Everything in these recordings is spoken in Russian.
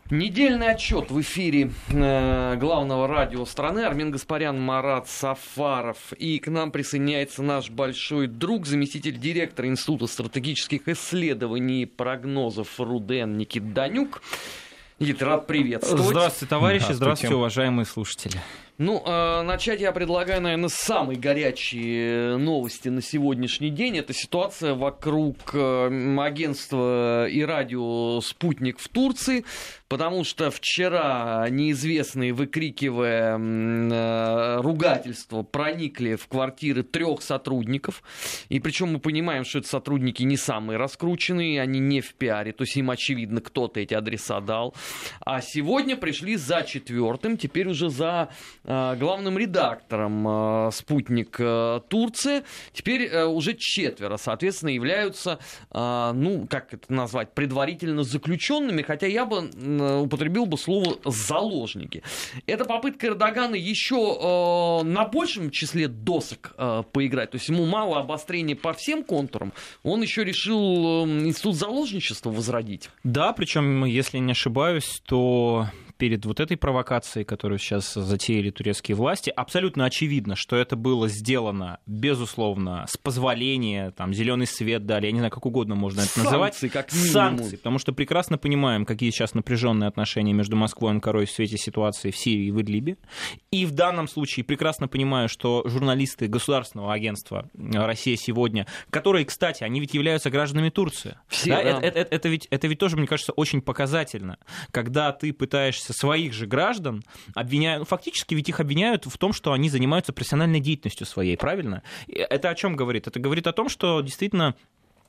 Недельный отчет в эфире главного радио страны. Армен Гаспарян, Марат Сафаров. И к нам присоединяется наш большой друг, заместитель директора Института стратегических исследований и прогнозов РУДН Никита Данюк. Никита, рад приветствовать. Здравствуйте, товарищи, здравствуйте, уважаемые слушатели. Начать я предлагаю, наверное, с самой горячей новости на сегодняшний день. Это ситуация вокруг агентства и радио «Спутник» в Турции, потому что вчера неизвестные, выкрикивая ругательство, проникли в квартиры 3 сотрудников. И причем мы понимаем, что это сотрудники не самые раскрученные, они не в пиаре, то есть им, очевидно, кто-то эти адреса дал. А сегодня пришли за 4-м, теперь уже за главным редактором «Спутник Турции». Теперь уже 4, соответственно, являются, как это назвать, предварительно заключенными, хотя я бы употребил бы слово «заложники». Это попытка Эрдогана еще на большем числе досок поиграть. То есть ему мало обострения по всем контурам, он еще решил институт заложничества возродить. Да, причем, если не ошибаюсь, то перед вот этой провокацией, которую сейчас затеяли турецкие власти, абсолютно очевидно, что это было сделано, безусловно, с позволения, там, зеленый свет дали, я не знаю, как угодно можно это называть. Санкции, потому что прекрасно понимаем, какие сейчас напряженные отношения между Москвой и Анкарой в свете ситуации в Сирии и в Идлибе. И в данном случае прекрасно понимаю, что журналисты государственного агентства «Россия сегодня», которые, кстати, они ведь являются гражданами Турции. Все, да? Это ведь тоже, мне кажется, очень показательно, когда ты пытаешься своих же граждан обвиняют, фактически ведь их обвиняют в том, что они занимаются профессиональной деятельностью своей, правильно? Это о чем говорит? Это говорит о том, что действительно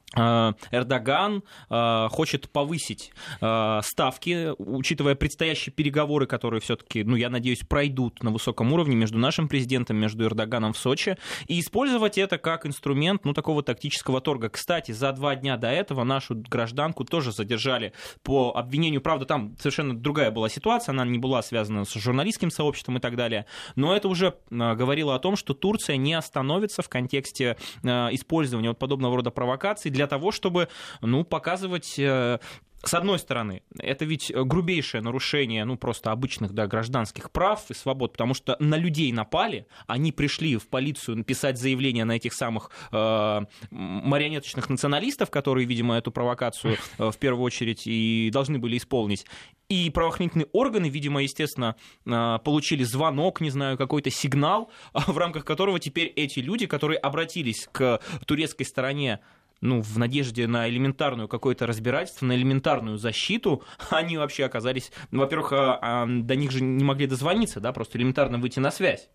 Эрдоган хочет повысить ставки, учитывая предстоящие переговоры, которые все-таки, я надеюсь, пройдут на высоком уровне между нашим президентом, между Эрдоганом в Сочи, и использовать это как инструмент, такого тактического торга. Кстати, за 2 дня до этого нашу гражданку тоже задержали по обвинению, правда, там совершенно другая была ситуация, она не была связана с журналистским сообществом и так далее, но это уже говорило о том, что Турция не остановится в контексте использования подобного рода провокаций для того, чтобы, показывать... С одной стороны, это ведь грубейшее нарушение, просто обычных, гражданских прав и свобод, потому что на людей напали, они пришли в полицию написать заявление на этих самых марионеточных националистов, которые, видимо, эту провокацию в первую очередь и должны были исполнить. И правоохранительные органы, видимо, естественно, получили звонок, не знаю, какой-то сигнал, в рамках которого теперь эти люди, которые обратились к турецкой стороне, в надежде на элементарную какое-то разбирательство, на элементарную защиту, они вообще оказались... во-первых, до них же не могли дозвониться, просто элементарно выйти на связь.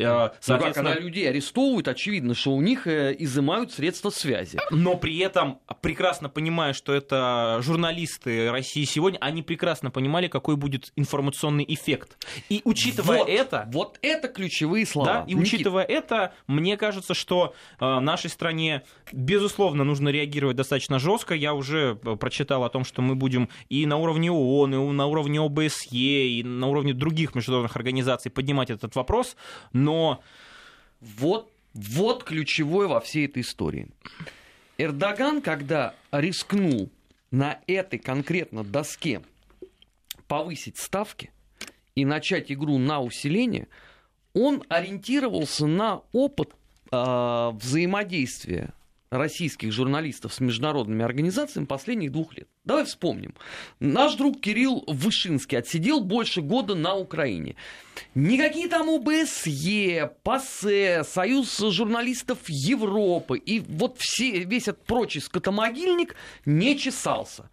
Когда людей арестовывают, очевидно, что у них изымают средства связи. Но при этом, прекрасно понимая, что это журналисты России сегодня, они прекрасно понимали, какой будет информационный эффект. И учитывая это... Вот это ключевые слова. Да, и учитывая это, мне кажется, что нашей стране, безусловно, нужно реагировать достаточно жестко. Я уже прочитал о том, что мы будем и на уровне ООН, и на уровне ОБСЕ, и на уровне других международных организаций поднимать этот вопрос, но... Вот ключевое во всей этой истории. Эрдоган, когда рискнул на этой конкретно доске повысить ставки и начать игру на усиление, он ориентировался на опыт взаимодействия российских журналистов с международными организациями последних 2 лет. Давай вспомним. Наш друг Кирилл Вышинский отсидел больше года на Украине. Никакие там ОБСЕ, ПАСЕ, Союз журналистов Европы и весь этот прочий скотомогильник не чесался.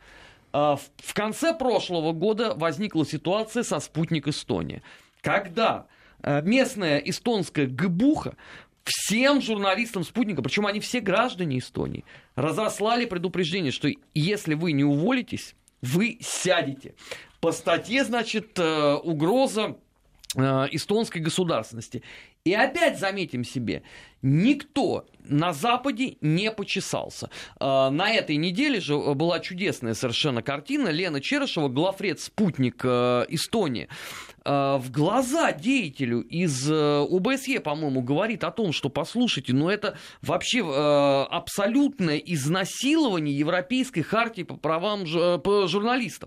В конце прошлого года возникла ситуация со «Спутник Эстония», когда местная эстонская ГБУХа всем журналистам «Спутника», причем они все граждане Эстонии, разослали предупреждение, что если вы не уволитесь, вы сядете. По статье, угроза эстонской государственности. И опять заметим себе, никто на Западе не почесался. На этой неделе же была чудесная совершенно картина. Лена Черышева, главред «Спутник Эстонии», в глаза деятелю из ОБСЕ, по-моему, говорит о том, что, послушайте, это вообще абсолютное изнасилование Европейской хартии по правам журналистов.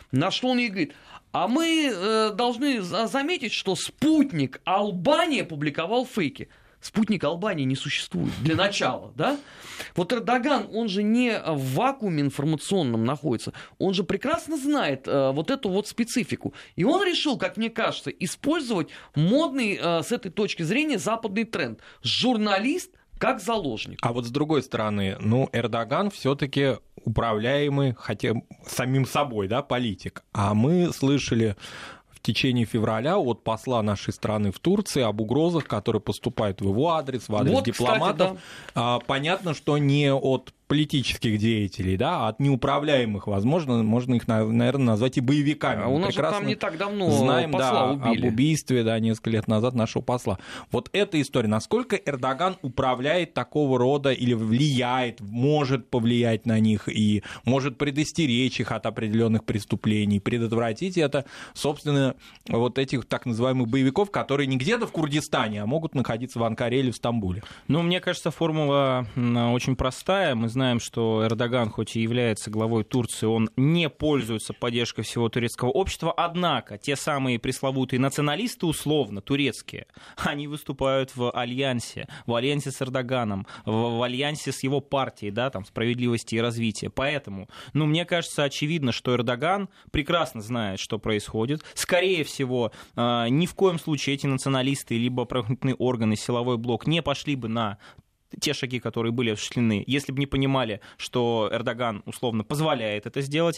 На что он ей говорит: а мы должны заметить, что спутник Албании публиковал фейки. Спутник Албании не существует, для начала, да? Вот Эрдоган, он же не в вакууме информационном находится, он же прекрасно знает вот эту вот специфику. И он решил, как мне кажется, использовать модный с этой точки зрения западный тренд. Журналист как заложник. А вот с другой стороны, Эрдоган все-таки управляемый, хотя самим собой, да, политик. А мы слышали в течение февраля от посла нашей страны в Турции об угрозах, которые поступают в его адрес, в адрес дипломатов. Кстати, да. Понятно, что не от политических деятелей, да, а от неуправляемых, возможно, можно их, наверное, назвать и боевиками. А у нас же там не так давно знаем, посла убили. Об убийстве, да, несколько лет назад нашего посла. Вот эта история, насколько Эрдоган управляет такого рода или влияет, может повлиять на них и может предостеречь их от определенных преступлений, предотвратить это, собственно, вот этих так называемых боевиков, которые не где-то в Курдистане, а могут находиться в Анкаре или в Стамбуле. Мне кажется, формула очень простая. Мы знаем, что Эрдоган, хоть и является главой Турции, он не пользуется поддержкой всего турецкого общества, однако те самые пресловутые националисты, условно, турецкие, они выступают в альянсе с Эрдоганом, в альянсе с его партией, да, там, «Справедливости и развития». Поэтому, мне кажется, очевидно, что Эрдоган прекрасно знает, что происходит. Скорее всего, ни в коем случае эти националисты, либо правоохранительные органы, силовой блок не пошли бы на те шаги, которые были осуществлены, если бы не понимали, что Эрдоган условно позволяет это сделать.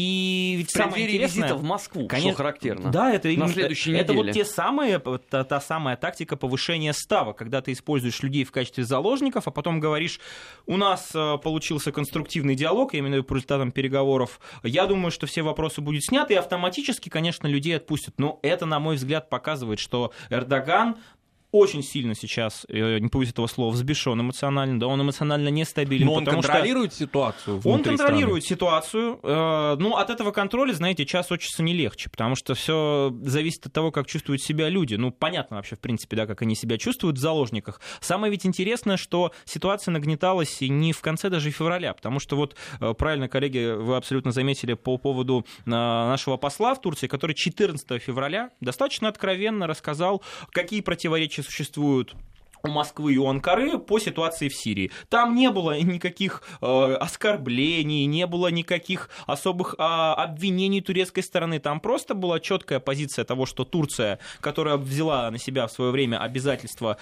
И ведь самое интересное... визита в Москву, конечно, что характерно. Да, это на следующей неделе. Это вот та самая тактика повышения ставок, когда ты используешь людей в качестве заложников, а потом говоришь: у нас получился конструктивный диалог, я имею в виду по результатам переговоров, я думаю, что все вопросы будут сняты, и автоматически, конечно, людей отпустят. Но это, на мой взгляд, показывает, что Эрдоган очень сильно сейчас, не побоюсь этого слова, взбешен эмоционально, да, он эмоционально нестабилен. Но он контролирует ситуацию внутри Он контролирует ситуацию. От этого контроля, знаете, час от часу не легче, потому что все зависит от того, как чувствуют себя люди. Понятно вообще, в принципе, да, как они себя чувствуют в заложниках. Самое ведь интересное, что ситуация нагнеталась и не в конце даже февраля, потому что вот, правильно, коллеги, вы абсолютно заметили по поводу нашего посла в Турции, который 14 февраля достаточно откровенно рассказал, какие противоречия существуют у Москвы и у Анкары по ситуации в Сирии. Там не было никаких оскорблений, не было никаких особых обвинений турецкой стороны. Там просто была четкая позиция того, что Турция, которая взяла на себя в свое время обязательство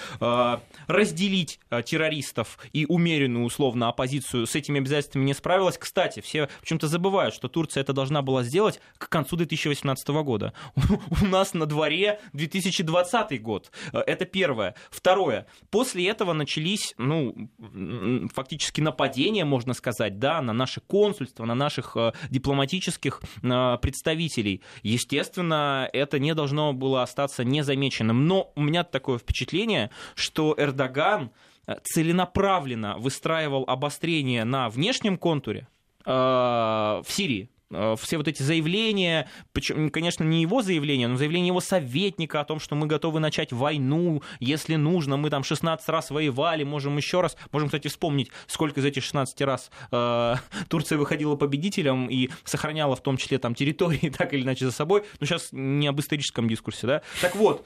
разделить террористов и умеренную условно оппозицию, с этими обязательствами не справилась. Кстати, все почему-то забывают, что Турция это должна была сделать к концу 2018 года. У нас на дворе 2020 год. Это первое. Второе. После этого начались, фактически нападения, можно сказать, да, на наше консульство, на наших дипломатических представителей. Естественно, это не должно было остаться незамеченным. Но у меня такое впечатление, что Эрдоган целенаправленно выстраивал обострение на внешнем контуре в Сирии. Все вот эти заявления, конечно, не его заявления, но заявления его советника о том, что мы готовы начать войну, если нужно, мы там 16 раз воевали, можем еще раз. Можем, кстати, вспомнить, сколько из этих 16 раз Турция выходила победителем и сохраняла в том числе там территории так или иначе за собой. Но сейчас не об историческом дискурсе, да. Так вот,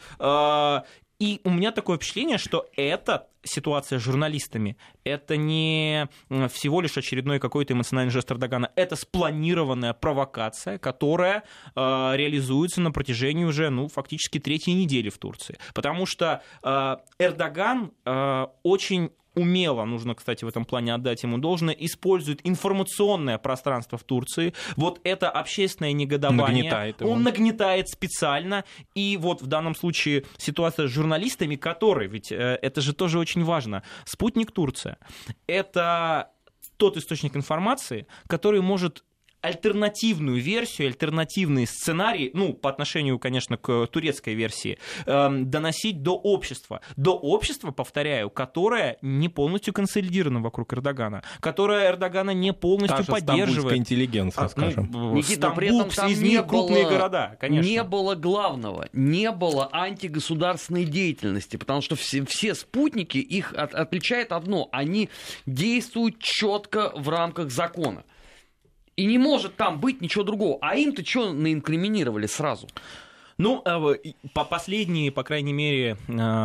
и у меня такое впечатление, что эта ситуация с журналистами — это не всего лишь очередной какой-то эмоциональный жест Эрдогана, это спланированная провокация, которая реализуется на протяжении уже, фактически третьей недели в Турции. Потому что Эрдоган очень умело, нужно, кстати, в этом плане отдать ему должное, использует информационное пространство в Турции. Вот это общественное негодование. Он нагнетает специально. И вот в данном случае ситуация с журналистами, которые, ведь это же тоже очень важно. Спутник Турция — это тот источник информации, который может альтернативную версию, альтернативный сценарий, по отношению, конечно, к турецкой версии, доносить до общества. До общества, повторяю, которое не полностью консолидировано вокруг Эрдогана, которое Эрдогана не полностью поддерживает. Стамбульская интеллигенция, скажем. Стамбул, Измир, крупные города, конечно. Не было главного, не было антигосударственной деятельности, потому что все спутники, их отличает одно: они действуют четко в рамках закона. И не может там быть ничего другого. А им-то что наинкриминировали сразу? Ну, по последние, по крайней мере,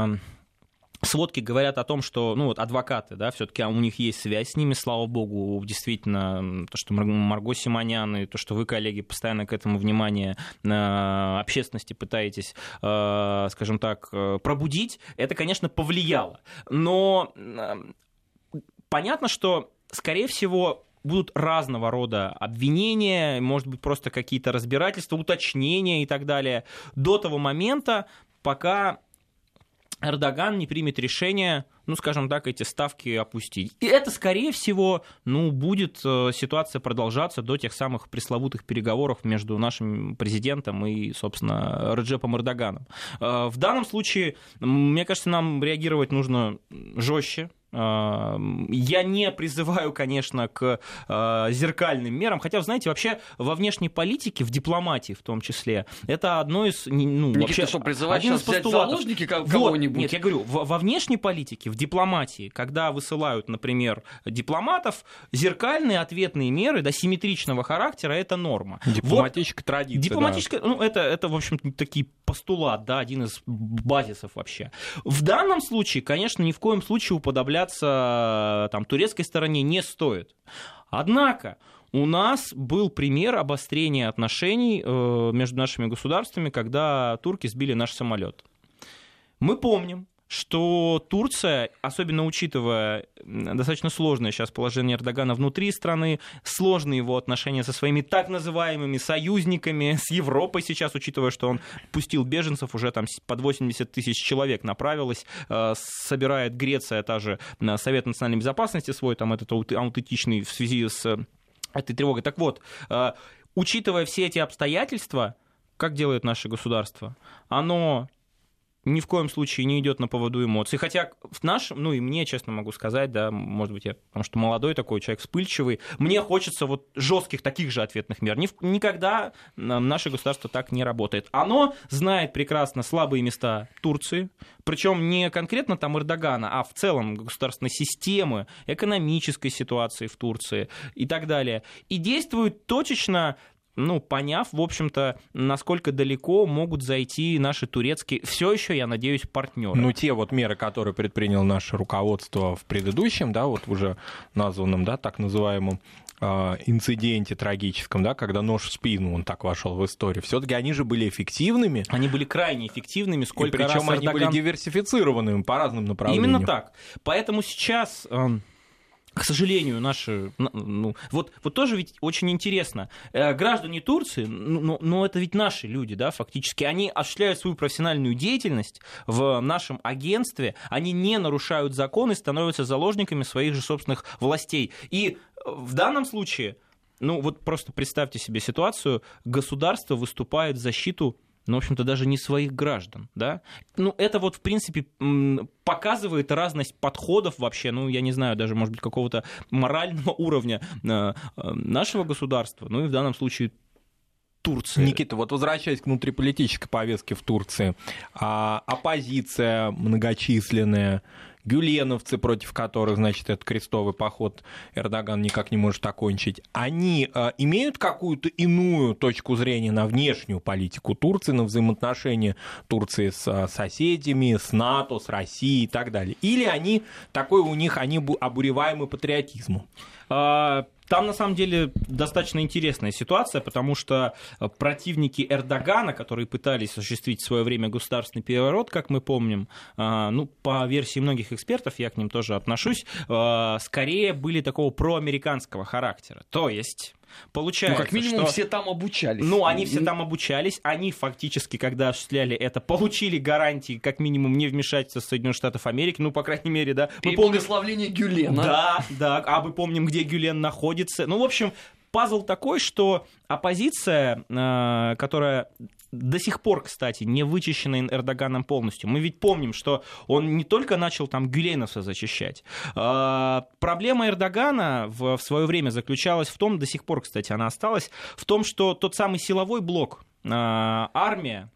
сводки говорят о том, что, ну, вот адвокаты, да, все-таки у них есть связь с ними, слава богу, действительно, то, что Марго Симонян и то, что вы, коллеги, постоянно к этому внимание общественности пытаетесь, скажем так, пробудить, это, конечно, повлияло. Но понятно, что, скорее всего, будут разного рода обвинения, может быть, просто какие-то разбирательства, уточнения и так далее, до того момента, пока Эрдоган не примет решение, ну, скажем так, эти ставки опустить. И это, скорее всего, ну, будет ситуация продолжаться до тех самых пресловутых переговоров между нашим президентом и, собственно, Реджепом Эрдоганом. В данном случае, мне кажется, нам реагировать нужно жестче. Я не призываю, конечно, к зеркальным мерам, хотя, вы знаете, вообще во внешней политике, в дипломатии в том числе, это одно из... Ну, Никита, вообще, что, призывать сейчас взять в заложники кого-нибудь? Нет, я говорю, во внешней политике, в дипломатии, когда высылают, например, дипломатов, зеркальные ответные меры, да, симметричного характера, это норма. Дипломатическая традиция. Дипломатическая, да. Ну, это, в общем, такие постулат, да, один из базисов вообще. В данном случае, конечно, ни в коем случае уподобляться там турецкой стороне не стоит. Однако у нас был пример обострения отношений между нашими государствами, когда турки сбили наш самолет. Мы помним, что Турция, особенно учитывая достаточно сложное сейчас положение Эрдогана внутри страны, сложные его отношения со своими так называемыми союзниками, с Европой сейчас, учитывая, что он пустил беженцев, уже там под 80 тысяч человек направилось, собирает Греция, та же Совет национальной безопасности свой, там этот аутентичный в связи с этой тревогой. Так вот, учитывая все эти обстоятельства, как делает наше государство, оно ни в коем случае не идет на поводу эмоций. Хотя в нашем, ну и мне, честно могу сказать, да, может быть, я, потому что молодой такой человек, вспыльчивый, мне хочется вот жестких таких же ответных мер. Никогда наше государство так не работает. Оно знает прекрасно слабые места Турции, причем не конкретно там Эрдогана, а в целом государственной системы, экономической ситуации в Турции и так далее. И действует точечно, ну, поняв, в общем-то, насколько далеко могут зайти наши турецкие, все еще, я надеюсь, партнеры. Ну, те вот меры, которые предприняло наше руководство в предыдущем, да, вот уже названном, да, так называемом инциденте трагическом, да, когда нож в спину, он так вошел в историю, все-таки они же были эффективными. Они были крайне эффективными, сколько раз причем они Эрдоган... были диверсифицированными по разным направлениям. Именно так. Поэтому сейчас... К сожалению, наши... Ну, вот тоже ведь очень интересно. Граждане Турции, но это ведь наши люди, да, фактически. Они осуществляют свою профессиональную деятельность в нашем агентстве, они не нарушают закон и становятся заложниками своих же собственных властей. И в данном случае, ну вот просто представьте себе ситуацию, государство выступает в защиту, ну, в общем-то, даже не своих граждан, да. Ну, это вот, в принципе, показывает разность подходов вообще, ну, я не знаю, даже, может быть, какого-то морального уровня нашего государства, ну, и в данном случае Турции. Никита, вот возвращаясь к внутриполитической повестке в Турции, оппозиция многочисленная, гюленовцы, против которых, значит, этот крестовый поход Эрдоган никак не может окончить, они имеют какую-то иную точку зрения на внешнюю политику Турции, на взаимоотношения Турции с соседями, с НАТО, с Россией и так далее? Или они, такой у них, они обуреваемы патриотизмом? Там, на самом деле, достаточно интересная ситуация, потому что противники Эрдогана, которые пытались осуществить в свое время государственный переворот, как мы помним, ну, по версии многих экспертов, я к ним тоже отношусь, скорее были такого проамериканского характера. То есть... Получается, ну, как минимум, что... все там обучались. Ну, они все там обучались, они фактически, когда осуществляли это, получили гарантии, как минимум, не вмешательства Соединенных Штатов Америки, ну, по крайней мере, да. И благословление Гюлена. Да, а мы помним, где Гюлен находится. Ну, в общем, пазл такой, что оппозиция, которая... До сих пор, кстати, не вычищенный Эрдоганом полностью. Мы ведь помним, что он не только начал там гюленовцев зачищать. Проблема Эрдогана в свое время заключалась в том, до сих пор, кстати, она осталась, в том, что тот самый силовой блок, армия,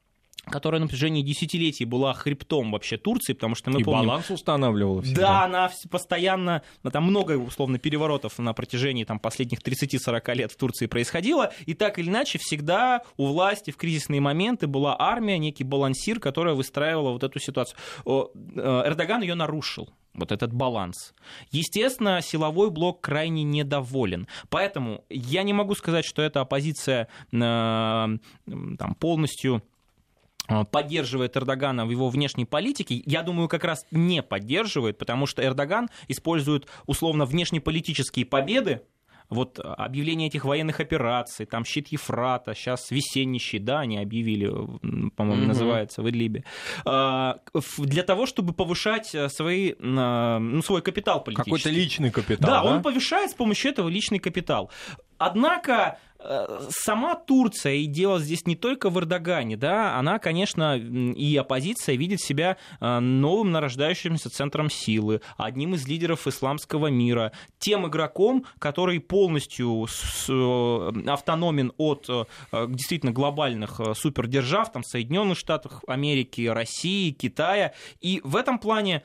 которая на протяжении десятилетий была хребтом вообще Турции, потому что мы помним... баланс устанавливала всегда. Да, она постоянно... Там много, условно, переворотов на протяжении последних 30-40 лет в Турции происходило, и так или иначе всегда у власти в кризисные моменты была армия, некий балансир, которая выстраивала вот эту ситуацию. Эрдоган ее нарушил. Вот этот баланс. Естественно, силовой блок крайне недоволен. Поэтому я не могу сказать, что эта оппозиция полностью поддерживает Эрдогана в его внешней политике. Я думаю, как раз не поддерживает, потому что Эрдоган использует условно внешнеполитические победы. Вот объявление этих военных операций, там щит Ефрата, сейчас весенний щит, да, они объявили, по-моему, называется в Идлибе, для того, чтобы повышать свой капитал политический. Какой-то личный капитал, да? Он повышает с помощью этого личный капитал. Однако сама Турция, и дело здесь не только в Эрдогане, да, она, конечно, и оппозиция видит себя новым нарождающимся центром силы, одним из лидеров исламского мира, тем игроком, который полностью автономен от действительно глобальных супердержав, там, Соединенных Штатов Америки, России, Китая, и в этом плане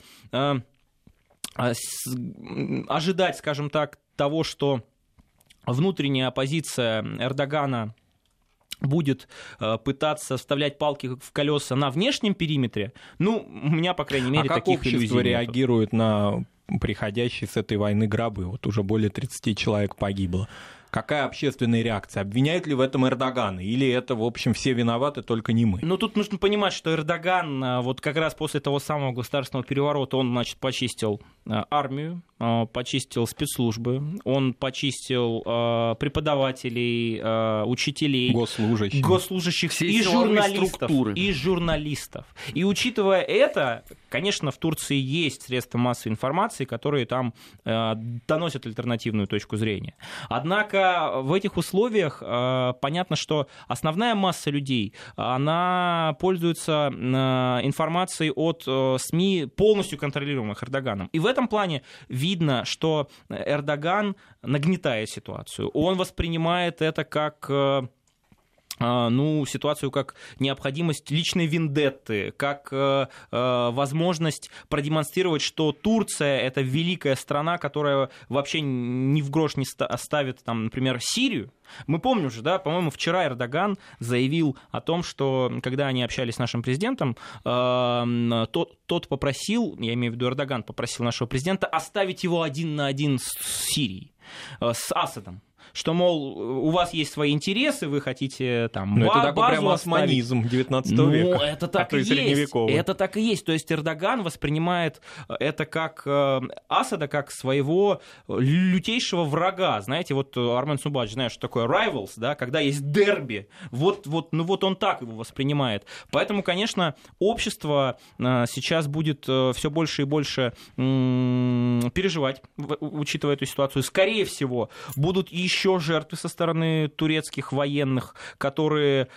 ожидать, скажем так, того, что внутренняя оппозиция Эрдогана будет пытаться вставлять палки в колеса на внешнем периметре, у меня, по крайней мере, таких иллюзий нет. А как общество реагирует на приходящие с этой войны гробы? Вот уже более 30 человек погибло. Какая общественная реакция? Обвиняют ли в этом Эрдогана? Или это, в общем, все виноваты, только не мы? Тут нужно понимать, что Эрдоган, вот как раз после того самого государственного переворота, он, почистил армию, почистил спецслужбы, он почистил преподавателей, учителей, госслужащих и журналистов. И учитывая это, конечно, в Турции есть средства массовой информации, которые там доносят альтернативную точку зрения. Однако в этих условиях понятно, что основная масса людей, она пользуется информацией от СМИ, полностью контролируемых Эрдоганом. И в этом плане видно, что Эрдоган нагнетает ситуацию. Он воспринимает это как ситуацию как необходимость личной вендетты, как возможность продемонстрировать, что Турция — это великая страна, которая вообще ни в грош не оставит, например, Сирию. Мы помним же, да, по-моему, вчера Эрдоган заявил о том, что, когда они общались с нашим президентом, тот попросил, я имею в виду Эрдоган, попросил нашего президента оставить его 1 на 1 с Сирией, с Асадом. Что, мол, у вас есть свои интересы, вы хотите базу это такой прям османизм 19 века. Это так и есть. Это так и есть. То есть Эрдоган воспринимает это как Асада, как своего лютейшего врага. Знаете, вот Армен Субадж, знаешь, что такое rivals, да, когда есть дерби. Вот он так его воспринимает. Поэтому, конечно, общество сейчас будет все больше и больше переживать, учитывая эту ситуацию. Скорее всего, будут еще жертвы со стороны турецких военных, которые,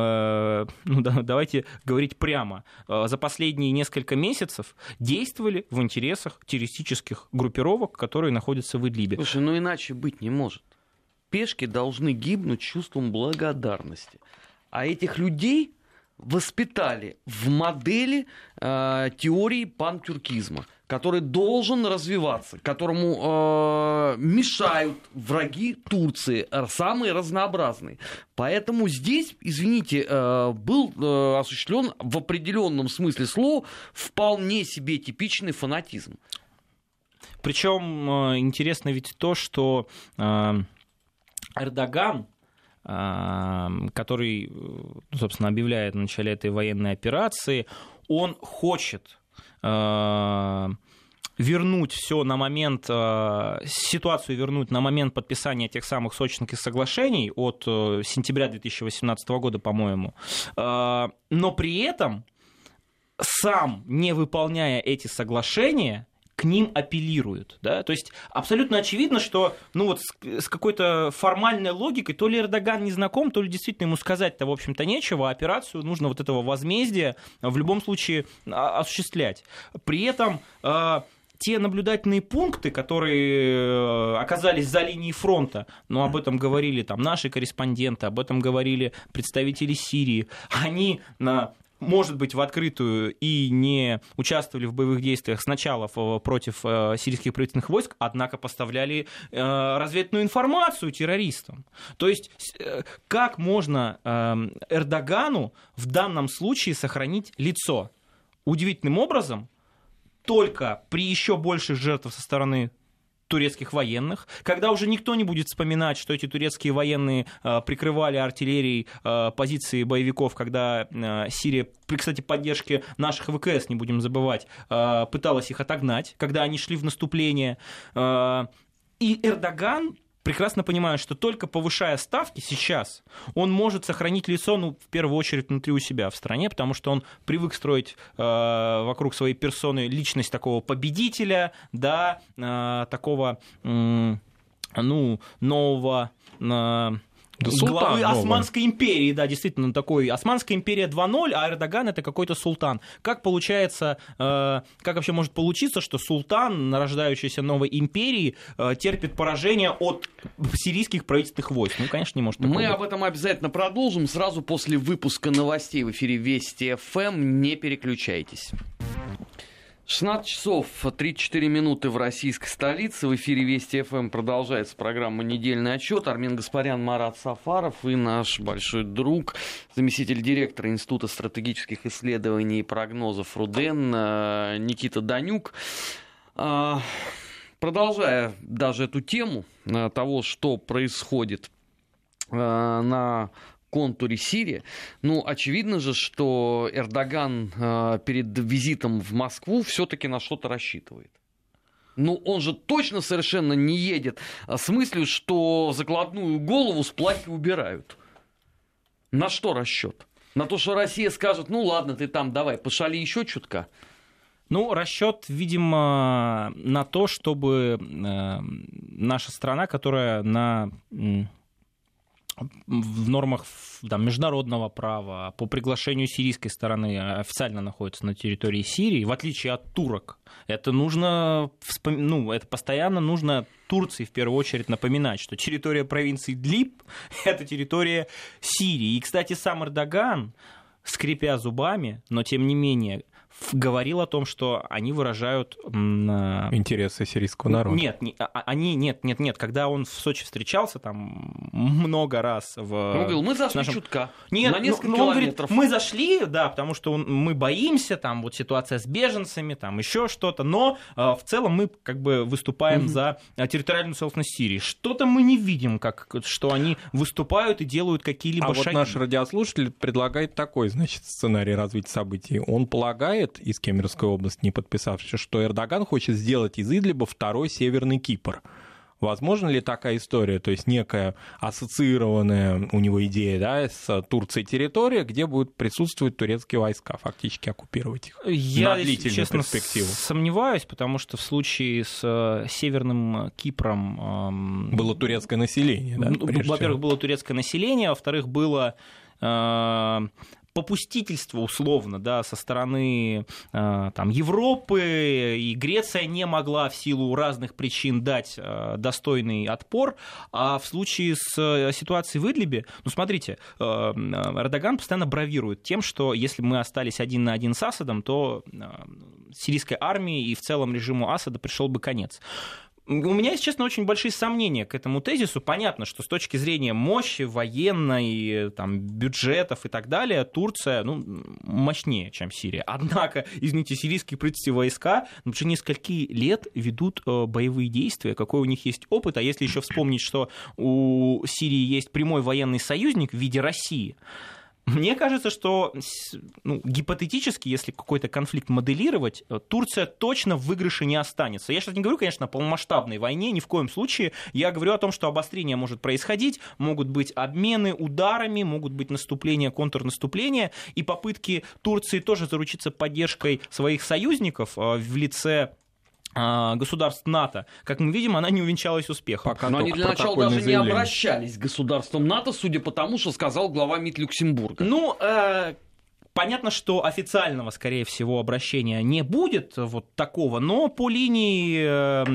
давайте говорить прямо, за последние несколько месяцев действовали в интересах террористических группировок, которые находятся в Идлибе. Слушай, иначе быть не может. Пешки должны гибнуть чувством благодарности. А этих людей воспитали в модели теории пантюркизма, который должен развиваться, которому мешают враги Турции, самые разнообразные. Поэтому здесь, извините, был осуществлен в определенном смысле слова вполне себе типичный фанатизм. Причем интересно ведь то, что Эрдоган, который, собственно, объявляет в начале этой военной операции, он хочет вернуть все на момент, ситуацию вернуть на момент подписания тех самых Сочинских соглашений от сентября 2018 года, по-моему, но при этом, сам не выполняя эти соглашения, к ним апеллируют. Да? То есть абсолютно очевидно, что с какой-то формальной логикой то ли Эрдоган не знаком, то ли действительно ему сказать-то, в общем-то, нечего, операцию нужно вот этого возмездия в любом случае осуществлять. При этом те наблюдательные пункты, которые оказались за линией фронта, об этом говорили наши корреспонденты, об этом говорили представители Сирии, они может быть, в открытую и не участвовали в боевых действиях сначала против сирийских правительственных войск, однако поставляли разведную информацию террористам. То есть как можно Эрдогану в данном случае сохранить лицо? Удивительным образом, только при еще больших жертвах со стороны турецких военных, когда уже никто не будет вспоминать, что эти турецкие военные прикрывали артиллерией позиции боевиков, когда Сирия, при, кстати, поддержке наших ВКС, не будем забывать, пыталась их отогнать, когда они шли в наступление. И Эрдоган, прекрасно понимая, что только повышая ставки сейчас, он может сохранить лицо, в первую очередь, внутри у себя в стране, потому что он привык строить вокруг своей персоны личность такого победителя, да, такого, нового... главы Османской империи, да, действительно, такой Османская империя 2.0, а Эрдоган это какой-то султан. Как получается, как вообще может получиться, что султан, нарождающийся новой империи, терпит поражение от сирийских правительственных войск? Конечно, не может такого быть. Мы об этом обязательно продолжим сразу после выпуска новостей в эфире Вести ФМ. Не переключайтесь. 16 часов 34 минуты в российской столице. В эфире Вести ФМ продолжается программа «Недельный отчет». Армен Гаспарян, Марат Сафаров и наш большой друг, заместитель директора Института стратегических исследований и прогнозов РУДН Никита Данюк. Продолжая даже эту тему того, что происходит на контуре Сирии, очевидно же, что Эрдоган перед визитом в Москву все-таки на что-то рассчитывает. Он же точно совершенно не едет с мыслью, что закладную голову с плахи убирают. На что расчет? На то, что Россия скажет, ладно, ты там давай, пошали еще чутка. Расчет, видимо, на то, чтобы наша страна, которая в нормах международного права по приглашению сирийской стороны официально находится на территории Сирии, в отличие от турок. Это нужно это постоянно нужно Турции в первую очередь напоминать, что территория провинции Идлиб — это территория Сирии. И, кстати, сам Эрдоган, скрипя зубами, но тем не менее, говорил о том, что они выражают интересы сирийского народа. Нет. Когда он в Сочи встречался там много раз он говорил, мы зашли чутка. Нет, на несколько он километров. Говорит, мы зашли, да, потому что мы боимся, там вот ситуация с беженцами, там еще что-то, но в целом мы выступаем за территориальную целостность Сирии. Что-то мы не видим, что они выступают и делают какие-либо шаги. Вот наш радиослушатель предлагает такой, сценарий развития событий. Он полагает, из Кемеровской области, не подписавшись, что Эрдоган хочет сделать из Идлиба второй Северный Кипр. Возможно ли такая история, то есть некая ассоциированная у него идея, да, с Турцией территория, где будут присутствовать турецкие войска, фактически оккупировать их на длительную перспективу? Я, сомневаюсь, потому что в случае с Северным Кипром... было турецкое население, да? Во-первых, было турецкое население, а во-вторых, было... попустительство, условно, да, со стороны Европы, и Греция не могла в силу разных причин дать достойный отпор, а в случае с ситуацией в Идлибе, смотрите, Эрдоган постоянно бравирует тем, что если мы остались один на один с Асадом, то сирийской армии и в целом режиму Асада пришел бы конец. У меня, если честно, очень большие сомнения к этому тезису. Понятно, что с точки зрения мощи военной, бюджетов и так далее, Турция мощнее, чем Сирия. Однако, извините, сирийские правительственные войска в течение нескольких лет ведут боевые действия. Какой у них есть опыт? А если еще вспомнить, что у Сирии есть прямой военный союзник в виде России, мне кажется, что гипотетически, если какой-то конфликт моделировать, Турция точно в выигрыше не останется. Я сейчас не говорю, конечно, о полномасштабной войне, ни в коем случае. Я говорю о том, что обострение может происходить, могут быть обмены ударами, могут быть наступления, контрнаступления, и попытки Турции тоже заручиться поддержкой своих союзников в лице государств НАТО, как мы видим, она не увенчалась успехом. Но они для начала даже не обращались к государствам НАТО, судя по тому, что сказал глава МИД Люксембурга. Понятно, что официального, скорее всего, обращения не будет вот такого, но по линии,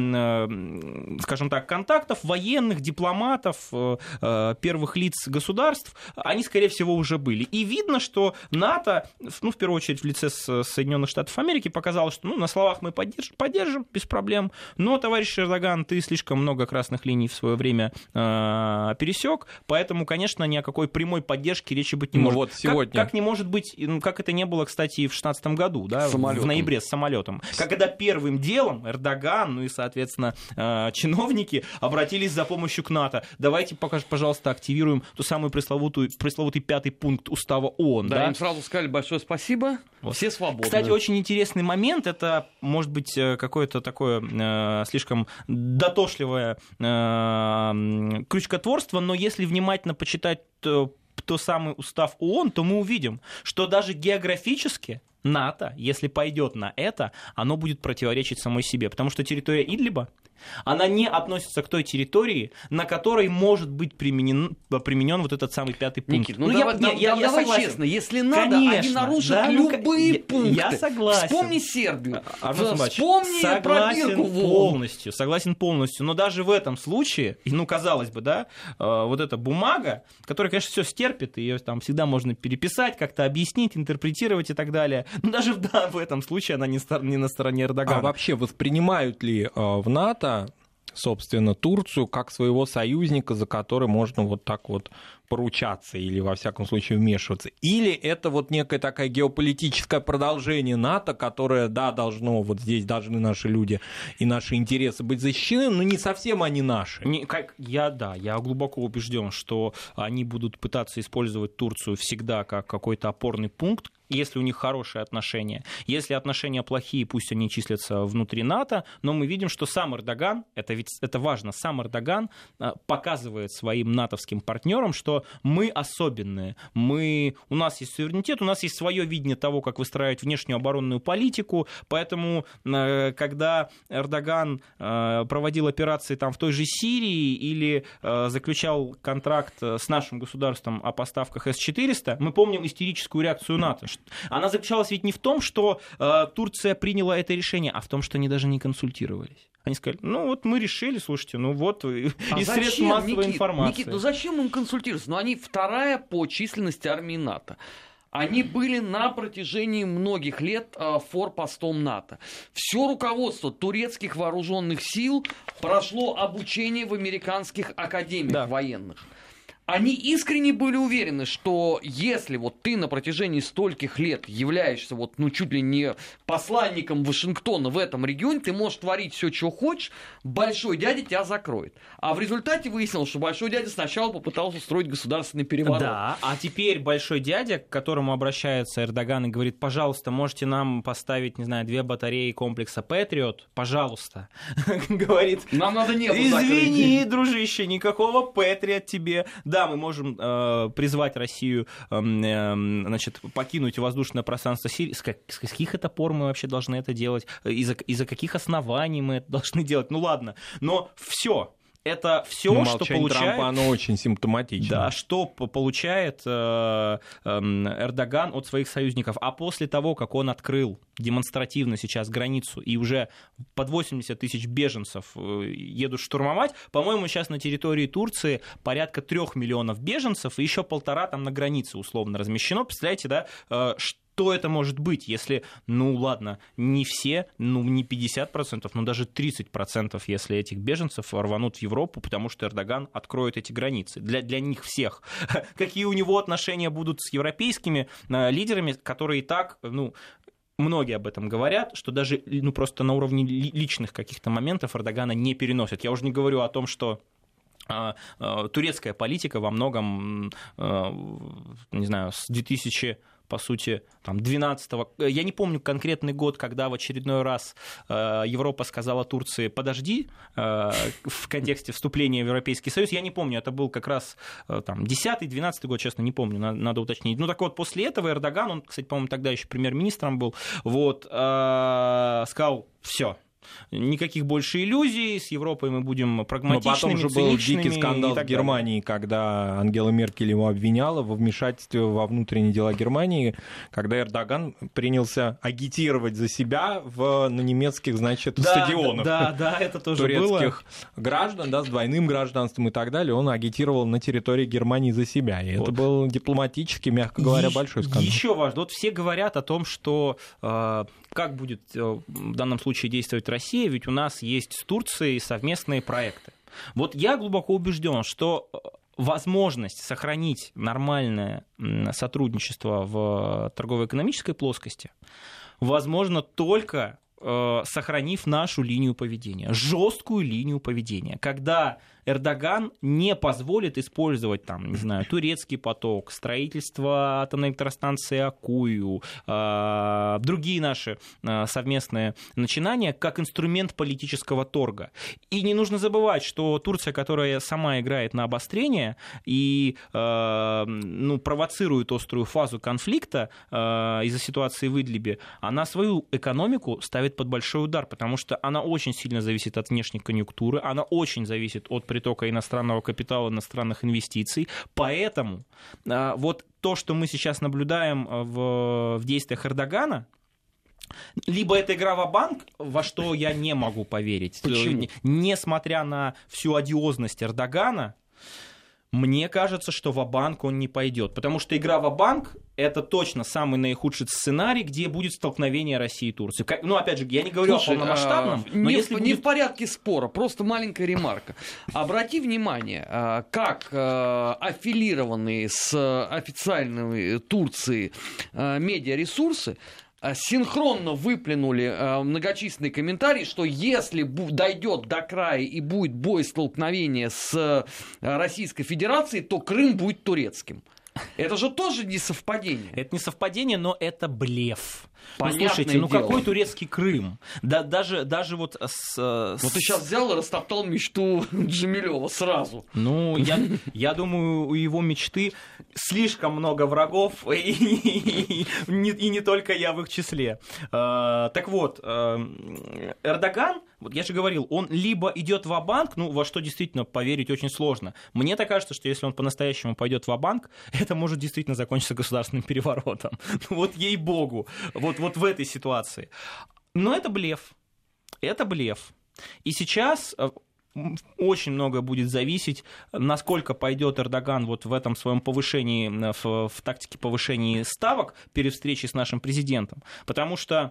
скажем так, контактов военных, дипломатов, первых лиц государств, они, скорее всего, уже были. И видно, что НАТО, ну, в первую очередь в лице Соединенных Штатов Америки, показало, что на словах мы поддержим без проблем, но, товарищ Эрдоган, ты слишком много красных линий в свое время пересек, поэтому, конечно, ни о какой прямой поддержке речи быть не может. Вот сегодня... Как не может быть, как это не было, кстати, и в 2016 году, да, в ноябре с самолетом, когда первым делом Эрдоган, ну и, соответственно, чиновники обратились за помощью к НАТО. Давайте, пожалуйста, активируем ту самую пресловутый 5-й пункт устава ООН. Да, им сразу сказали большое спасибо, вот. Все свободны. Кстати, очень интересный момент, это, может быть, какое-то такое слишком дотошливое крючкотворство, но если внимательно почитать то самый устав ООН, то мы увидим, что даже географически НАТО, если пойдет на это, оно будет противоречить самой себе, потому что территория Идлиба, она не относится к той территории, на которой может быть применен вот этот самый 5-й пункт. Никит, давай честно, если надо, конечно, они нарушат любые пункты. Я согласен. Вспомни Сербию, вспомни пробирку полностью, согласен полностью, но даже в этом случае, казалось бы, да, вот эта бумага, которая, конечно, все стерпит, ее там всегда можно переписать, как-то объяснить, интерпретировать и так далее, но даже в этом случае она не на стороне Эрдогана. А вообще воспринимают ли в НАТО, собственно, Турцию как своего союзника, за который можно вот так вот поручаться или, во всяком случае, вмешиваться? Или это вот некое такое геополитическое продолжение НАТО, которое, да, должно, вот здесь должны наши люди и наши интересы быть защищены, но не совсем они наши? Я глубоко убежден, что они будут пытаться использовать Турцию всегда как какой-то опорный пункт, если у них хорошие отношения. Если отношения плохие, пусть они числятся внутри НАТО, но мы видим, что сам Эрдоган, это важно, сам Эрдоган показывает своим натовским партнерам, что мы особенные, у нас есть суверенитет, у нас есть свое видение того, как выстраивать внешнюю оборонную политику, поэтому, когда Эрдоган проводил операции там в той же Сирии или заключал контракт с нашим государством о поставках С-400, мы помним истерическую реакцию НАТО. Она заключалась ведь не в том, что Турция приняла это решение, а в том, что они даже не консультировались. Они сказали, мы решили, слушайте, из средств массовой информации. Никит, зачем им консультироваться? Они вторая по численности армии НАТО. Они были на протяжении многих лет форпостом НАТО. Все руководство турецких вооруженных сил прошло обучение в американских академиях военных. Они искренне были уверены, что если ты на протяжении стольких лет являешься чуть ли не посланником Вашингтона в этом регионе, ты можешь творить все, что хочешь, большой дядя тебя закроет. А в результате выяснилось, что большой дядя сначала попытался устроить государственный переворот. Да, а теперь большой дядя, к которому обращается Эрдоган и говорит, пожалуйста, можете нам поставить, 2 батареи комплекса Патриот, пожалуйста, говорит, нам надо небо извини, дружище, никакого Патриот тебе. Да, мы можем призвать Россию покинуть воздушное пространство Сирии. С каких это пор мы вообще должны это делать? Из-за каких оснований мы это должны делать? Ладно, но все. Это все, что получает... Трампа, оно очень симптоматично. Да, что получает Эрдоган от своих союзников. А после того, как он открыл демонстративно сейчас границу, и уже под 80 тысяч беженцев едут штурмовать, по-моему, сейчас на территории Турции порядка 3 миллионов беженцев, и еще 1,5 там на границе условно размещено. Представляете, да, что это может быть, если, ладно, не все, не 50%, но даже 30%, если этих беженцев рванут в Европу, потому что Эрдоган откроет эти границы. Для них всех. Какие у него отношения будут с европейскими лидерами, которые и так, многие об этом говорят, что даже просто на уровне личных каких-то моментов Эрдогана не переносят. Я уже не говорю о том, что турецкая политика во многом, с 2000... по сути, 12-го, я не помню конкретный год, когда в очередной раз Европа сказала Турции «подожди» в контексте вступления в Европейский Союз, я не помню, это был как раз 10-й, 12-й год, честно, не помню, надо уточнить. Так вот, после этого Эрдоган, он, кстати, по-моему, тогда еще премьер-министром был, сказал «все». Никаких больше иллюзий, с Европой мы будем прагматичными, циничными. Но потом же был дикий скандал в Германии, далее. когда Ангела Меркель его обвиняла во вмешательстве во внутренние дела Германии, когда Эрдоган принялся агитировать за себя на немецких, значит, стадионах. Да, это тоже турецких было. граждан, да, с двойным гражданством и так далее, он агитировал на территории Германии за себя. И это был дипломатически, мягко говоря, большой скандал. Еще важно, вот все говорят о том, что как будет в данном случае действовать Россия, ведь у нас есть с Турцией совместные проекты. Вот я глубоко убежден, что возможность сохранить нормальное сотрудничество в торгово-экономической плоскости возможно только сохранив нашу линию поведения, жесткую линию поведения, когда Эрдоган не позволит использовать, там, не знаю, турецкий поток, строительство атомной электростанции Акую, другие наши совместные начинания как инструмент политического торга. И не нужно забывать, что Турция, которая сама играет на обострение и провоцирует острую фазу конфликта из-за ситуации в Идлибе, она свою экономику ставит под большой удар, потому что она очень сильно зависит от внешней конъюнктуры, она очень зависит от притока иностранного капитала, иностранных инвестиций. Поэтому вот то, что мы сейчас наблюдаем в действиях Эрдогана, либо это игра ва-банк, во что я не могу поверить. Почему? Несмотря на всю одиозность Эрдогана, мне кажется, что ва-банк он не пойдет, потому что игра ва-банк — это точно самый наихудший сценарий, где будет столкновение России и Турции. Опять же, я не говорю о полномасштабном, но если не в порядке спора, просто маленькая ремарка. Обрати внимание, как аффилированные с официальной Турции медиаресурсы синхронно выплюнули многочисленные комментарии, что если дойдет до края и будет боестолкновение с Российской Федерацией, то Крым будет турецким. Это же тоже не совпадение. Это не совпадение, но это блеф. Понятное слушайте, дело. Какой турецкий Крым? Даже вот ты сейчас взял и растоптал мечту Джемилева сразу. Я думаю, у его мечты слишком много врагов, и не только я в их числе. Так вот, Эрдоган, вот я же говорил, он либо идет ва-банк, во что действительно поверить очень сложно. Мне так кажется, что если он по-настоящему пойдет ва-банк, это может действительно закончиться государственным переворотом. Вот ей-богу. Вот в этой ситуации. Но это блеф. Это блеф. И сейчас очень много будет зависеть, насколько пойдет Эрдоган вот в этом своем повышении, в тактике повышения ставок перед встречей с нашим президентом. Потому что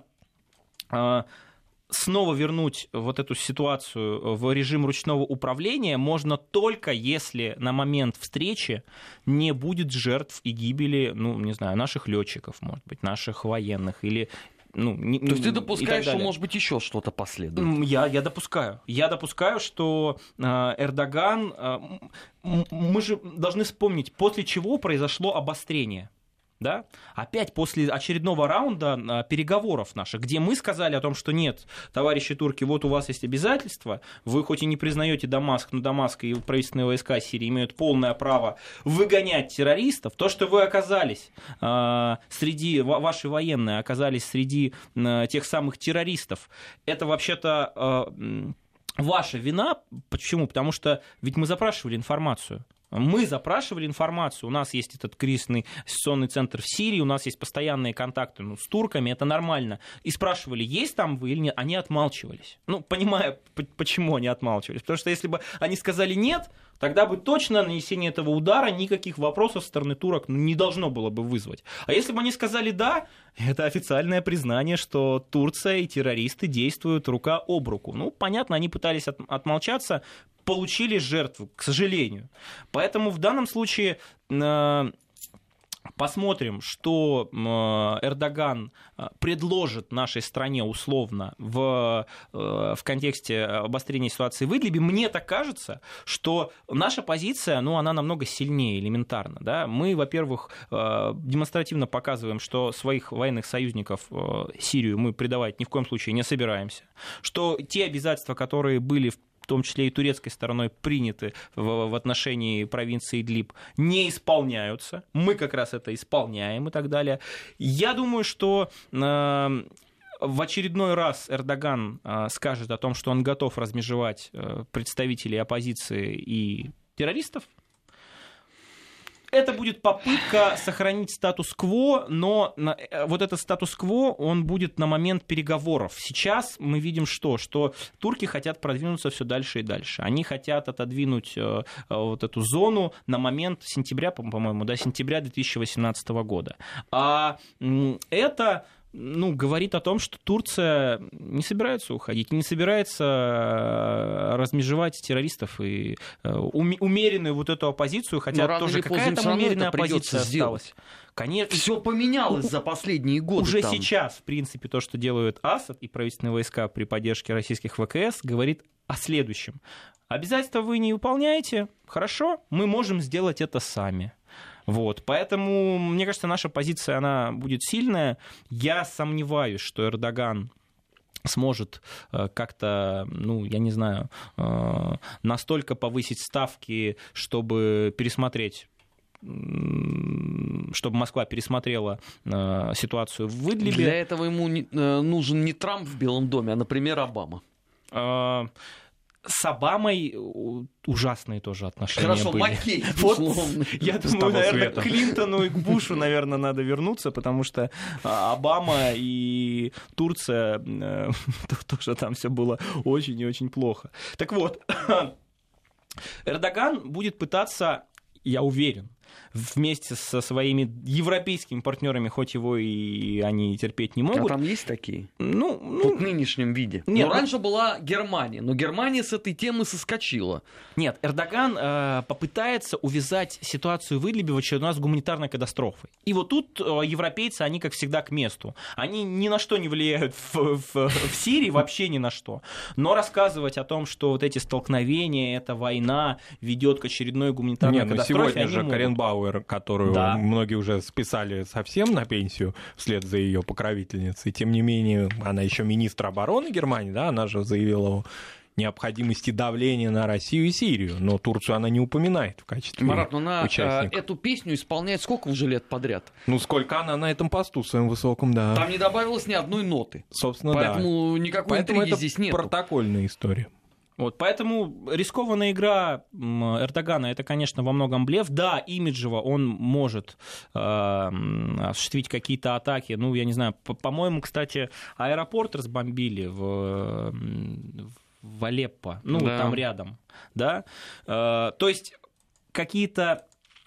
снова вернуть вот эту ситуацию в режим ручного управления можно только если на момент встречи не будет жертв и гибели, наших летчиков, может быть, наших военных или... То есть ты допускаешь, что может быть еще что-то последует? Я допускаю. Я допускаю, что Эрдоган... Мы же должны вспомнить, после чего произошло обострение. Да? Опять после очередного раунда переговоров наших, где мы сказали о том, что нет, товарищи турки, вот у вас есть обязательства, вы хоть и не признаете Дамаск, но Дамаск и правительственные войска Сирии имеют полное право выгонять террористов. То, что вы оказались ваши военные оказались среди тех самых террористов, это вообще-то ваша вина. Почему? Потому что ведь мы запрашивали информацию. Мы запрашивали информацию, у нас есть этот кризисный сессионный центр в Сирии, у нас есть постоянные контакты с турками, это нормально. И спрашивали, есть там вы или нет, они отмалчивались. Понимая, почему они отмалчивались. Потому что если бы они сказали нет, тогда бы точно нанесение этого удара никаких вопросов со стороны турок не должно было бы вызвать. А если бы они сказали да, это официальное признание, что Турция и террористы действуют рука об руку. Понятно, они пытались отмолчаться, получили жертву, к сожалению. Поэтому в данном случае посмотрим, что Эрдоган предложит нашей стране условно в контексте обострения ситуации в Идлибе. Мне так кажется, что наша позиция, она намного сильнее элементарно. Да? Мы, во-первых, демонстративно показываем, что своих военных союзников Сирию мы предавать ни в коем случае не собираемся, что те обязательства, которые были в том числе и турецкой стороной приняты в отношении провинции Идлиб, не исполняются. Мы как раз это исполняем и так далее. Я думаю, что в очередной раз Эрдоган скажет о том, что он готов размежевать представителей оппозиции и террористов. Это будет попытка сохранить статус-кво, но вот этот статус-кво, он будет на момент переговоров. Сейчас мы видим что турки хотят продвинуться все дальше и дальше. Они хотят отодвинуть вот эту зону на момент сентября, по-моему, сентября 2018 года. А это... говорит о том, что Турция не собирается уходить, не собирается размежевать террористов и умеренную вот эту оппозицию, хотя тоже какая там умеренная оппозиция осталась. Конечно, все поменялось за последние годы. Уже там. Сейчас, в принципе, то, что делают Асад и правительственные войска при поддержке российских ВКС, говорит о следующем. Обязательства вы не выполняете, хорошо, мы можем сделать это сами. Вот, поэтому, мне кажется, наша позиция, она будет сильная. Я сомневаюсь, что Эрдоган сможет как-то, я не знаю, настолько повысить ставки, чтобы пересмотреть, чтобы Москва пересмотрела ситуацию в Идлибе. Для этого ему нужен не Трамп в Белом доме, а, например, Обама. С Обамой ужасные тоже отношения Хорошо, были. Маккейн, вот, я думаю, наверное, к Клинтону и к Бушу, наверное, надо вернуться, потому что Обама и Турция, тоже там все было очень и очень плохо. Так вот, Эрдоган будет пытаться, я уверен, вместе со своими европейскими партнерами, хоть его и они терпеть не могут. А там есть такие? В нынешнем виде. Нет, раньше была Германия, но Германия с этой темы соскочила. Нет, Эрдоган попытается увязать ситуацию в Идлибе в очередной раз с гуманитарной катастрофой. И вот тут европейцы, они, как всегда, к месту. Они ни на что не влияют в Сирии, вообще ни на что. Но рассказывать о том, что вот эти столкновения, эта война ведет к очередной гуманитарной катастрофе, сегодня же Карен Бауэр, которую многие уже списали совсем на пенсию вслед за ее покровительницей, тем не менее, она еще министр обороны Германии, да, она же заявила о необходимости давления на Россию и Сирию, но Турцию она не упоминает в качестве Марат, она участника. Эту песню исполняет сколько уже лет подряд? Сколько она на этом посту своем высоком, да. Там не добавилось ни одной ноты. Собственно, поэтому никакой интриги здесь нет. Протокольная история. Вот, поэтому рискованная игра Эрдогана — это, конечно, во многом блеф. Да, имиджево он может осуществить какие-то атаки. Я не знаю, по-моему, кстати, аэропорт разбомбили в Алеппо, там рядом. Да? То есть какие-то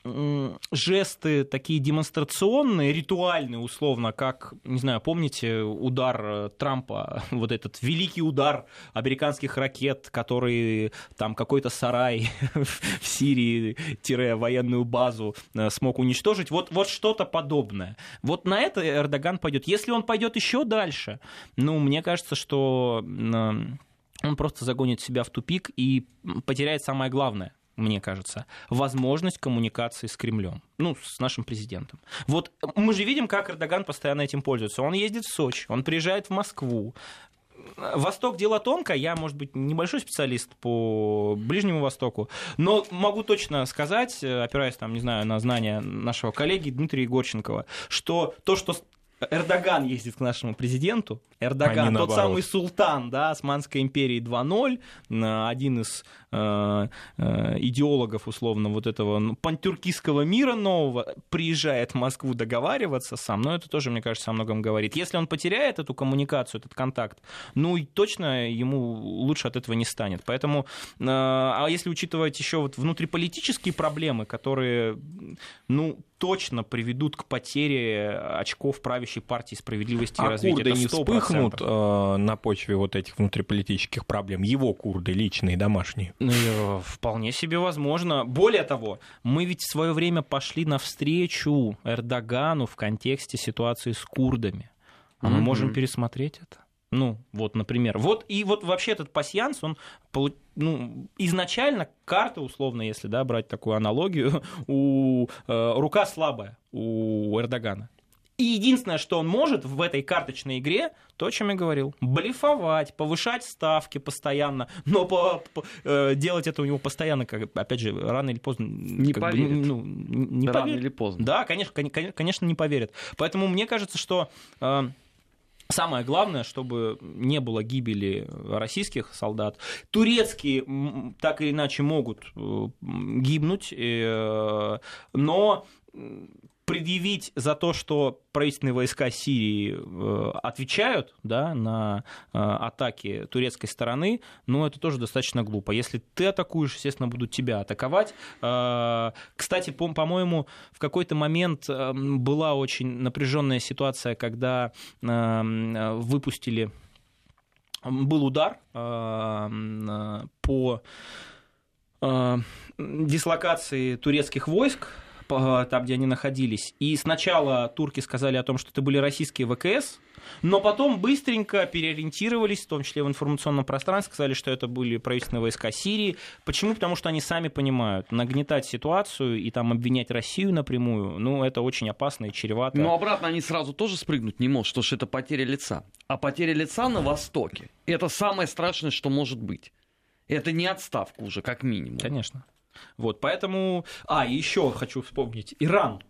жесты такие демонстрационные, ритуальные, условно, как, не знаю, помните удар Трампа, вот этот великий удар американских ракет, который там какой-то сарай в Сирии-военную базу смог уничтожить, вот что-то подобное. Вот на это Эрдоган пойдет. Если он пойдет еще дальше, мне кажется, что он просто загонит себя в тупик и потеряет самое главное. Мне кажется, возможность коммуникации с Кремлем, с нашим президентом. Вот мы же видим, как Эрдоган постоянно этим пользуется. Он ездит в Сочи, он приезжает в Москву. Восток — дело тонкое, я, может быть, небольшой специалист по Ближнему Востоку, но могу точно сказать, опираясь, на знания нашего коллеги Дмитрия Егорченкова, что то, что Эрдоган ездит к нашему президенту, Эрдоган, тот самый султан, Османской империи 2.0, один из идеологов, условно, вот этого пантюркистского мира нового, приезжает в Москву договариваться сам, но это тоже, мне кажется, о многом говорит. Если он потеряет эту коммуникацию, этот контакт, и точно ему лучше от этого не станет. Поэтому, а если учитывать еще вот внутриполитические проблемы, которые, точно приведут к потере очков правящей партии «Справедливости и развития». Курды не вспыхнут на почве вот этих внутриполитических проблем? Его курды, личные, домашние? Вполне себе возможно. Более того, мы ведь в свое время пошли навстречу Эрдогану в контексте ситуации с курдами. А мы можем пересмотреть это? Например. И вообще этот пасьянс, он изначально карта, условно, если брать такую аналогию, рука слабая у Эрдогана. И единственное, что он может в этой карточной игре, то, о чем я говорил, блефовать, повышать ставки постоянно, но делать это у него постоянно, опять же, рано или поздно... Не поверит. Не рано поверит. или поздно. Да, конечно, не поверит. Поэтому мне кажется, что... Самое главное, чтобы не было гибели российских солдат. Турецкие так или иначе могут гибнуть, но предъявить за то, что правительственные войска Сирии отвечают, да, на атаки турецкой стороны, ну, это тоже достаточно глупо. Если ты атакуешь, естественно, будут тебя атаковать. Кстати, по-моему, в какой-то момент была очень напряженная ситуация, когда выпустили... Был удар по дислокации турецких войск, там, где они находились. И сначала турки сказали о том, что это были российские ВКС, но потом быстренько переориентировались, в том числе в информационном пространстве, сказали, что это были правительственные войска Сирии. Почему? Потому что они сами понимают, нагнетать ситуацию и там обвинять Россию напрямую, ну, это очень опасно и чревато. Но обратно они сразу тоже спрыгнуть не могут, что ж это потеря лица. А потеря лица на Востоке — это самое страшное, что может быть. Это не отставка уже, как минимум. Конечно. Вот, поэтому... и еще хочу вспомнить. Иран.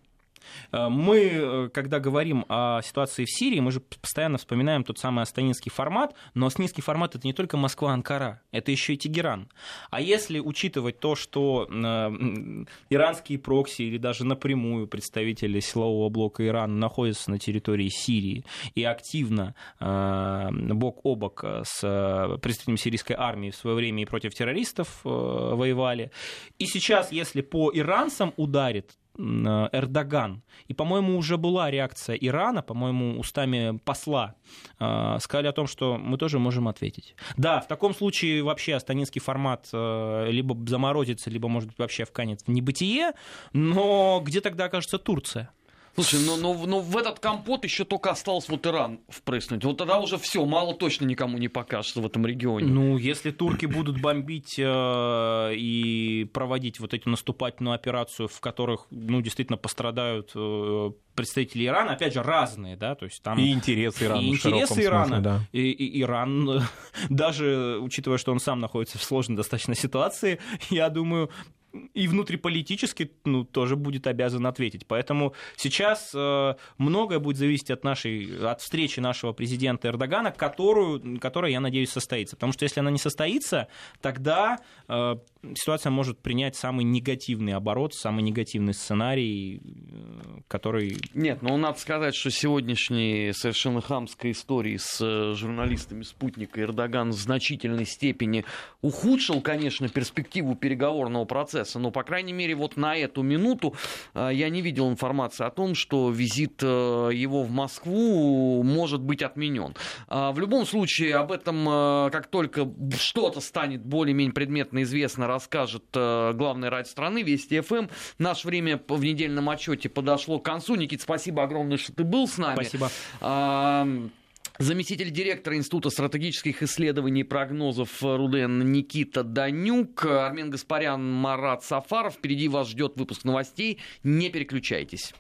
Мы, когда говорим о ситуации в Сирии, мы же постоянно вспоминаем тот самый астанинский формат, но астанинский формат — это не только Москва-Анкара, это еще и Тегеран. А если учитывать то, что иранские прокси или даже напрямую представители силового блока Ирана находятся на территории Сирии и активно бок о бок с представителями сирийской армии в свое время и против террористов воевали, и сейчас, если по иранцам ударит Эрдоган, и, по-моему, уже была реакция Ирана, по-моему, устами посла, сказали о том, что мы тоже можем ответить. Да, в таком случае вообще астанинский формат либо заморозится, либо, может быть, вообще вканет в небытие, но где тогда окажется Турция? Слушай, но в этот компот еще только осталось вот Иран впрыснуть. Вот тогда уже все, мало точно никому не покажется в этом регионе. Ну, если турки будут бомбить и проводить вот эту наступательную операцию, в которых, ну, действительно пострадают представители Ирана, опять же, разные, да, то есть там... И интересы Ирана. И интересы Ирана. Смысле, да. И Иран, даже учитывая, что он сам находится в сложной достаточно ситуации, я думаю... И внутриполитически, ну, тоже будет обязан ответить. Поэтому сейчас многое будет зависеть от встречи нашего президента Эрдогана, которая, я надеюсь, состоится. Потому что если она не состоится, тогда ситуация может принять самый негативный оборот, самый негативный сценарий, который... Нет, но надо сказать, что сегодняшней совершенно хамской истории с журналистами «Спутника» Эрдоган в значительной степени ухудшил, конечно, перспективу переговорного процесса. Но, по крайней мере, вот на эту минуту я не видел информации о том, что визит его в Москву может быть отменен. В любом случае, об этом, как только что-то станет более-менее предметно известно, расскажет главное радио страны, Вести ФМ. Наше время в недельном отчете подошло к концу. Никит, спасибо огромное, что ты был с нами. Спасибо. Заместитель директора Института стратегических исследований и прогнозов РУДН Никита Данюк, Армен Гаспарян, Марат Сафаров. Впереди вас ждет выпуск новостей. Не переключайтесь.